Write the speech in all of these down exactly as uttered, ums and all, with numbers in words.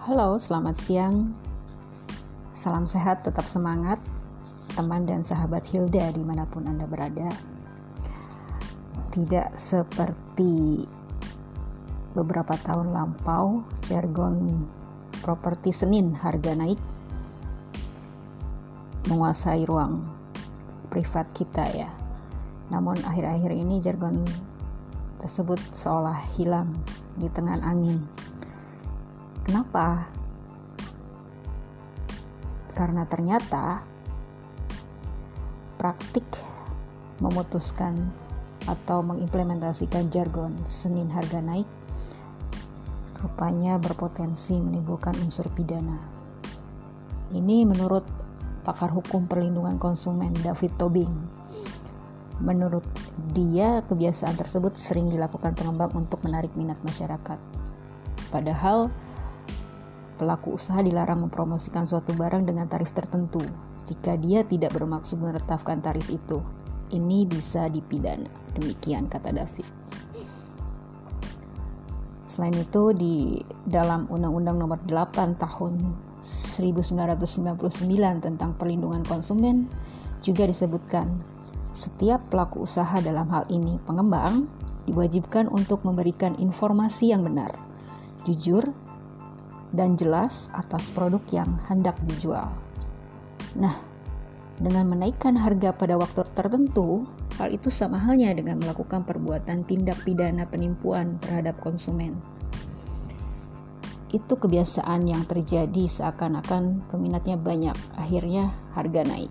Halo, selamat siang. Salam sehat, tetap semangat, teman dan sahabat Hilda dimanapun Anda berada. Tidak seperti beberapa tahun lampau, jargon properti Senin harga naik menguasai ruang privat kita ya. Namun akhir-akhir ini jargon tersebut seolah hilang di tengah angin. Kenapa? Karena ternyata praktik memutuskan atau mengimplementasikan jargon Senin harga naik rupanya berpotensi menimbulkan unsur pidana. Ini menurut pakar hukum perlindungan konsumen David Tobing. Menurut dia, kebiasaan tersebut sering dilakukan pengembang untuk menarik minat masyarakat. Padahal pelaku usaha dilarang mempromosikan suatu barang dengan tarif tertentu jika dia tidak bermaksud menetapkan tarif itu. Ini bisa dipidana. Demikian kata David. Selain itu, di dalam Undang-Undang Nomor delapan Tahun seribu sembilan ratus sembilan puluh sembilan tentang perlindungan konsumen juga disebutkan setiap pelaku usaha, dalam hal ini pengembang, diwajibkan untuk memberikan informasi yang benar, jujur, dan jelas atas produk yang hendak dijual. Nah, dengan menaikkan harga pada waktu tertentu, hal itu sama halnya dengan melakukan perbuatan tindak pidana penipuan terhadap konsumen. Itu kebiasaan yang terjadi seakan-akan peminatnya banyak, akhirnya harga naik.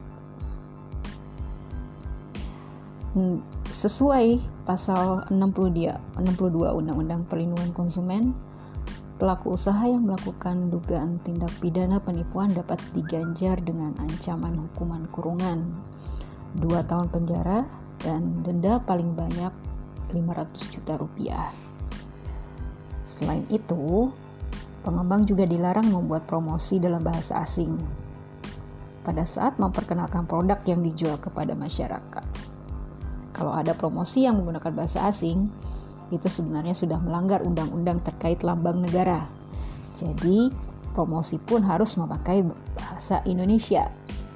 Hmm, sesuai pasal enam puluh dua Undang-Undang Perlindungan Konsumen, pelaku usaha yang melakukan dugaan tindak pidana penipuan dapat diganjar dengan ancaman hukuman kurungan dua tahun penjara dan denda paling banyak lima ratus juta rupiah. Selain itu, pengembang juga dilarang membuat promosi dalam bahasa asing pada saat memperkenalkan produk yang dijual kepada masyarakat. Kalau ada promosi yang menggunakan bahasa asing, itu sebenarnya sudah melanggar undang-undang terkait lambang negara. Jadi, promosi pun harus memakai bahasa Indonesia.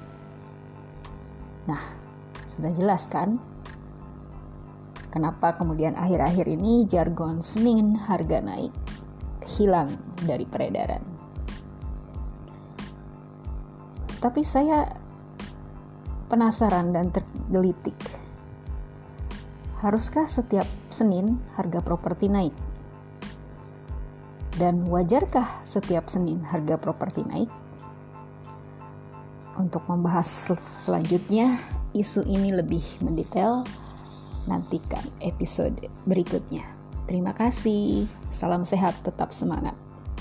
Nah, sudah jelas kan? Kenapa kemudian akhir-akhir ini jargon Senin harga naik hilang dari peredaran? Tapi saya penasaran dan tergelitik. Haruskah setiap Senin harga properti naik? Dan wajarkah setiap Senin harga properti naik? Untuk membahas selanjutnya isu ini lebih mendetail, nantikan episode berikutnya. Terima kasih. Salam sehat, tetap semangat.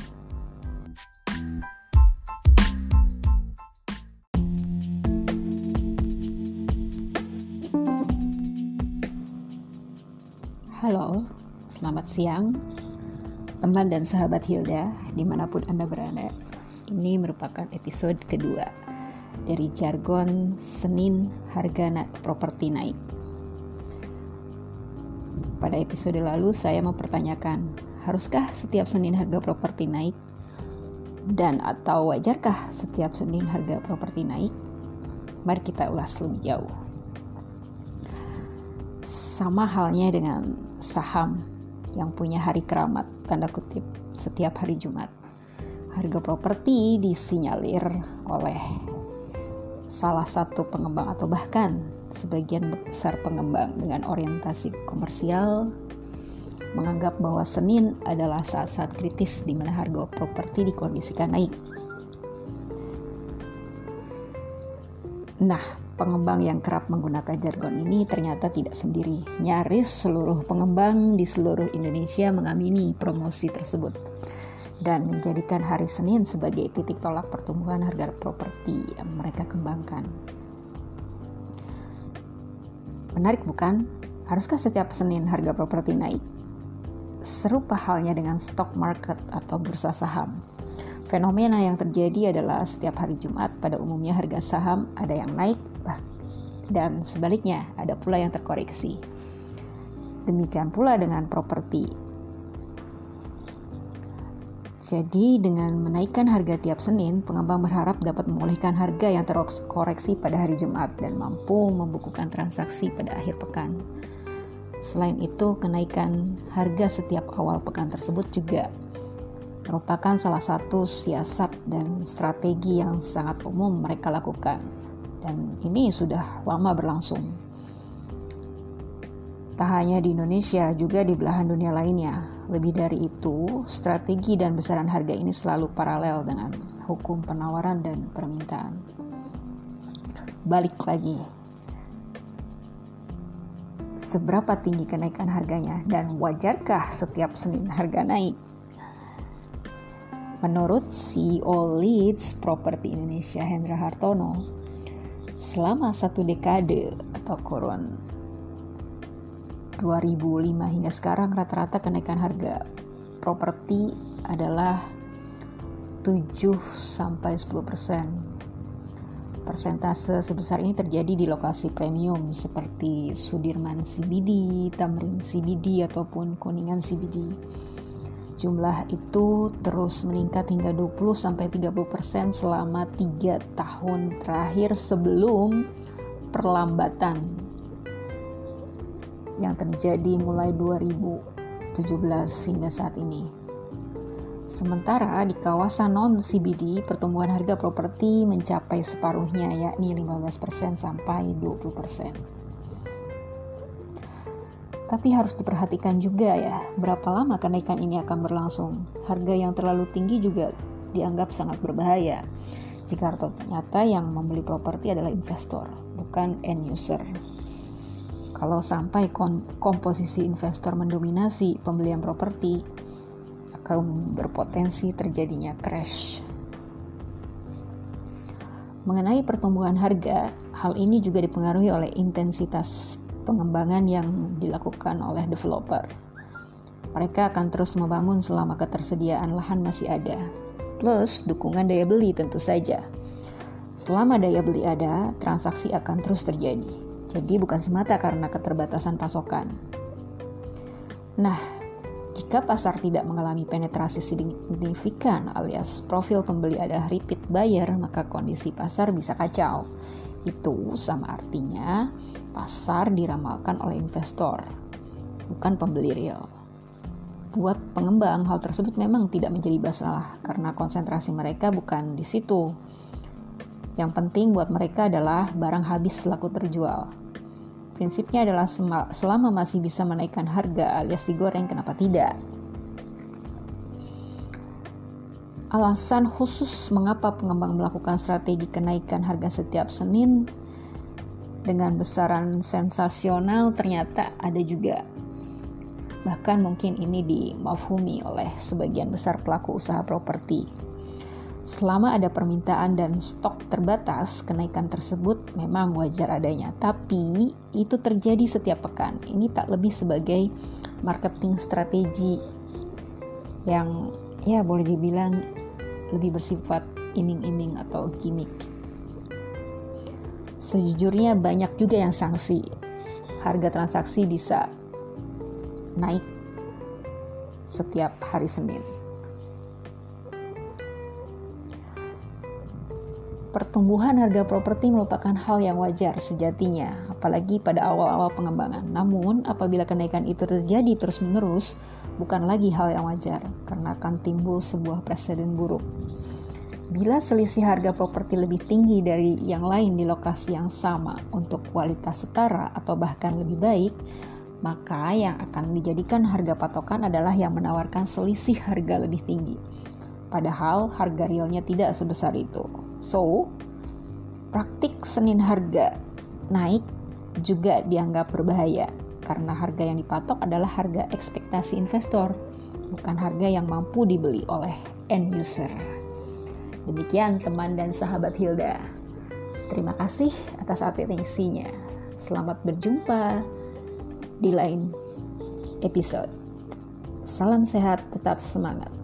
Halo, selamat siang teman dan sahabat Hilda dimanapun Anda berada. Ini merupakan episode kedua dari jargon Senin harga na- properti naik. Pada episode lalu saya mempertanyakan, haruskah setiap Senin harga properti naik? Dan atau wajarkah setiap Senin harga properti naik? Mari kita ulas lebih jauh. Sama halnya dengan saham yang punya hari keramat, tanda kutip, setiap hari Jumat. Harga properti disinyalir oleh salah satu pengembang atau bahkan sebagian besar pengembang dengan orientasi komersial menganggap bahwa Senin adalah saat-saat kritis di mana harga properti dikondisikan naik. Nah, pengembang yang kerap menggunakan jargon ini ternyata tidak sendiri. Nyaris seluruh pengembang di seluruh Indonesia mengamini promosi tersebut dan menjadikan hari Senin sebagai titik tolak pertumbuhan harga properti yang mereka kembangkan. Menarik bukan? Haruskah setiap Senin harga properti naik? Serupa halnya dengan stock market atau bursa saham. Fenomena yang terjadi adalah setiap hari Jumat pada umumnya harga saham ada yang naik dan sebaliknya ada pula yang terkoreksi. Demikian pula dengan properti. Jadi dengan menaikkan harga tiap Senin, pengembang berharap dapat memulihkan harga yang terkoreksi pada hari Jumat dan mampu membukukan transaksi pada akhir pekan. Selain itu, kenaikan harga setiap awal pekan tersebut juga merupakan salah satu siasat dan strategi yang sangat umum mereka lakukan. Dan ini sudah lama berlangsung. Tak hanya di Indonesia, juga di belahan dunia lainnya. Lebih dari itu, strategi dan besaran harga ini selalu paralel dengan hukum penawaran dan permintaan. Balik lagi, seberapa tinggi kenaikan harganya dan wajarkah setiap Senin harga naik? Menurut C E O Leeds Property Indonesia Hendra Hartono, selama satu dekade atau kurun dua ribu lima hingga sekarang, rata-rata kenaikan harga properti adalah tujuh sampai sepuluh persen. Persentase sebesar ini terjadi di lokasi premium seperti Sudirman C B D, Tamrin C B D, ataupun Kuningan C B D. Jumlah itu terus meningkat hingga dua puluh sampai tiga puluh persen selama tiga tahun terakhir sebelum perlambatan yang terjadi mulai dua ribu tujuh belas hingga saat ini. Sementara di kawasan non-C B D, pertumbuhan harga properti mencapai separuhnya, yakni lima belas persen sampai dua puluh persen. Tapi harus diperhatikan juga ya, berapa lama kenaikan ini akan berlangsung. Harga yang terlalu tinggi juga dianggap sangat berbahaya jika ternyata yang membeli properti adalah investor, bukan end user. Kalau sampai komposisi investor mendominasi pembelian properti, akan berpotensi terjadinya crash. Mengenai pertumbuhan harga, hal ini juga dipengaruhi oleh intensitas pengembangan yang dilakukan oleh developer. Mereka akan terus membangun selama ketersediaan lahan masih ada, plus dukungan daya beli tentu saja. Selama daya beli ada, transaksi akan terus terjadi. Jadi bukan semata karena keterbatasan pasokan. Nah, jika pasar tidak mengalami penetrasi signifikan alias profil pembeli adalah repeat buyer, maka kondisi pasar bisa kacau. Itu sama artinya pasar diramalkan oleh investor, bukan pembeli real. Buat pengembang, hal tersebut memang tidak menjadi masalah karena konsentrasi mereka bukan di situ. Yang penting buat mereka adalah barang habis laku terjual. Prinsipnya adalah selama masih bisa menaikkan harga alias digoreng, kenapa tidak? Alasan khusus mengapa pengembang melakukan strategi kenaikan harga setiap Senin dengan besaran sensasional ternyata ada juga. Bahkan mungkin ini dimafhumi oleh sebagian besar pelaku usaha properti. Selama ada permintaan dan stok terbatas, kenaikan tersebut memang wajar adanya. Tapi itu terjadi setiap pekan. Ini tak lebih sebagai marketing strategi yang ya boleh dibilang lebih bersifat iming-iming atau gimmick. Sejujurnya banyak juga yang sanksi. Harga transaksi bisa naik setiap hari Senin. Pertumbuhan harga properti merupakan hal yang wajar sejatinya, apalagi pada awal-awal pengembangan. Namun, apabila kenaikan itu terjadi terus-menerus, bukan lagi hal yang wajar, karena akan timbul sebuah presiden buruk. Bila selisih harga properti lebih tinggi dari yang lain di lokasi yang sama untuk kualitas setara atau bahkan lebih baik, maka yang akan dijadikan harga patokan adalah yang menawarkan selisih harga lebih tinggi. Padahal harga realnya tidak sebesar itu. So, praktik Senin harga naik juga dianggap berbahaya karena harga yang dipatok adalah harga ekspektasi investor, bukan harga yang mampu dibeli oleh end user. Demikian teman dan sahabat Hilda. Terima kasih atas atensinya. Selamat berjumpa di lain episode. Salam sehat, tetap semangat.